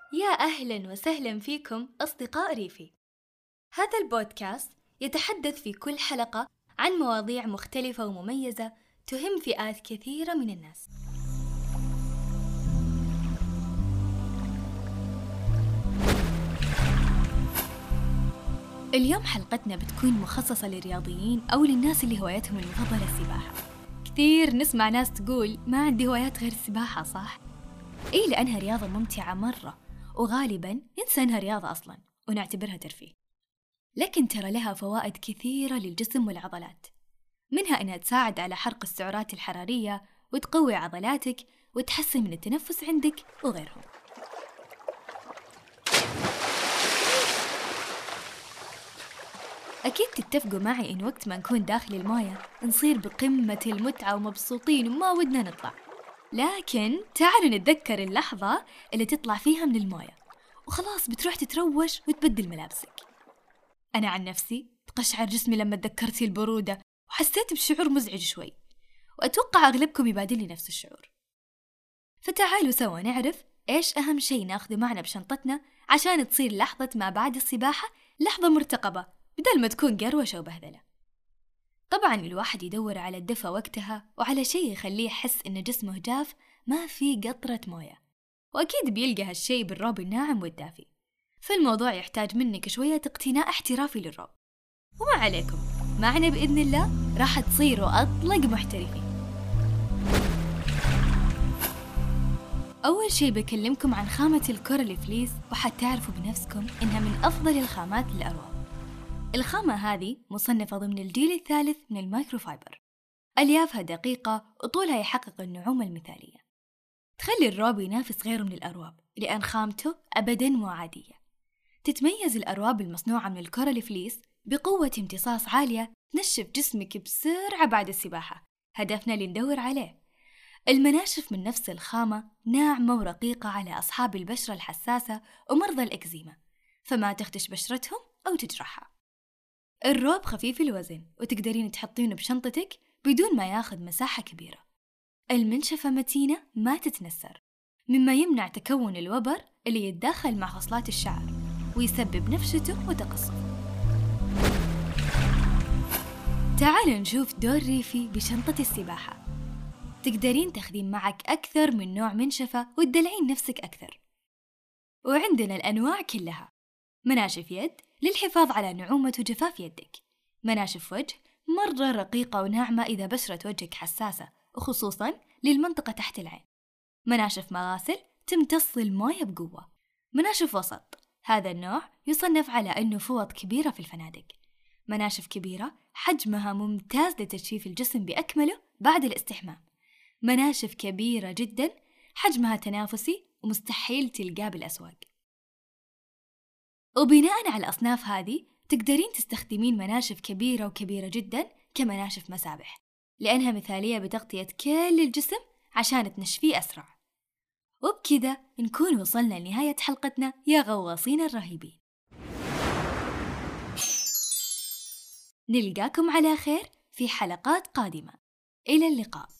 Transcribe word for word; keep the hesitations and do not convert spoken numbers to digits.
يا أهلاً وسهلاً فيكم أصدقاء ريفي. هذا البودكاست يتحدث في كل حلقة عن مواضيع مختلفة ومميزة تهم فئات كثيرة من الناس. اليوم حلقتنا بتكون مخصصة للرياضيين أو للناس اللي هوايتهم المفضلة السباحة. كثير نسمع ناس تقول ما عندي هوايات غير السباحة، صح؟ إيه، لأنها رياضة ممتعة مرة، وغالباً ننسى أنها رياضة أصلاً ونعتبرها ترفيه. لكن ترى لها فوائد كثيرة للجسم والعضلات، منها أنها تساعد على حرق السعرات الحرارية وتقوي عضلاتك وتحسن من التنفس عندك وغيرهم. أكيد تتفقوا معي إن وقت ما نكون داخل المايه نصير بقمة المتعة ومبسوطين وما ودنا نطلع، لكن تعالوا نتذكر اللحظة اللي تطلع فيها من المايه وخلاص بتروح تتروش وتبدل ملابسك. أنا عن نفسي تقشعر جسمي لما تذكرت البرودة وحسيت بشعور مزعج شوي، وأتوقع أغلبكم يبادلني نفس الشعور. فتعالوا سوا نعرف إيش أهم شيء ناخذه معنا بشنطتنا عشان تصير لحظة ما بعد السباحة لحظة مرتقبة بدل ما تكون قروشة وبهذلة. طبعاً الواحد يدور على الدفى وقتها وعلى شيء يخليه يحس إن جسمه جاف ما في قطرة موية، وأكيد بيلقى هالشيء بالروب الناعم والدافي. فالموضوع يحتاج منك شوية اقتناء احترافي للروب، وما عليكم معنا بإذن الله راح تصيروا أطلق محترفين. أول شيء بكلمكم عن خامة الكورال فليس، وحتعرفوا بنفسكم إنها من أفضل الخامات للأرواب. الخامة هذه مصنفة ضمن الجيل الثالث من المايكروفايبر، أليافها دقيقة وطولها يحقق النعومة المثالية، تخلي الروب ينافس غيره من الأرواب لأن خامته أبداً مو عادية. تتميز الأرواب المصنوعة من الكورال فليس بقوة امتصاص عالية تنشف جسمك بسرعة بعد السباحة، هدفنا اللي ندور عليه. المناشف من نفس الخامة ناعمة ورقيقة على أصحاب البشرة الحساسة ومرضى الإكزيما، فما تخدش بشرتهم أو تجرحها. الروب خفيف الوزن وتقدرين تحطينه بشنطتك بدون ما ياخذ مساحة كبيرة. المنشفة متينة ما تتنسر، مما يمنع تكون الوبر اللي يتداخل مع خصلات الشعر ويسبب نفشته وتقصف. تعالوا نشوف دور ريفي بشنطة السباحة. تقدرين تاخذين معك أكثر من نوع منشفة وتدلعين نفسك أكثر، وعندنا الأنواع كلها: مناشف يد للحفاظ على نعومة وجفاف يدك، مناشف وجه مرة رقيقة وناعمة إذا بشرة وجهك حساسة وخصوصاً للمنطقة تحت العين، مناشف مغاسل تمتص الموية بقوة، مناشف وسط هذا النوع يصنف على أنه فوط كبيرة في الفنادق، مناشف كبيرة حجمها ممتاز لتجفيف الجسم بأكمله بعد الاستحمام، مناشف كبيرة جدا حجمها تنافسي ومستحيل تلقاه بالأسواق. وبناء على الأصناف هذه تقدرين تستخدمين مناشف كبيرة وكبيرة جدا كمناشف مسابح، لأنها مثالية بتغطية كل الجسم عشان تنشفيه أسرع. وبكذا نكون وصلنا لنهاية حلقتنا يا غواصين الرهيبين. نلقاكم على خير في حلقات قادمة، إلى اللقاء.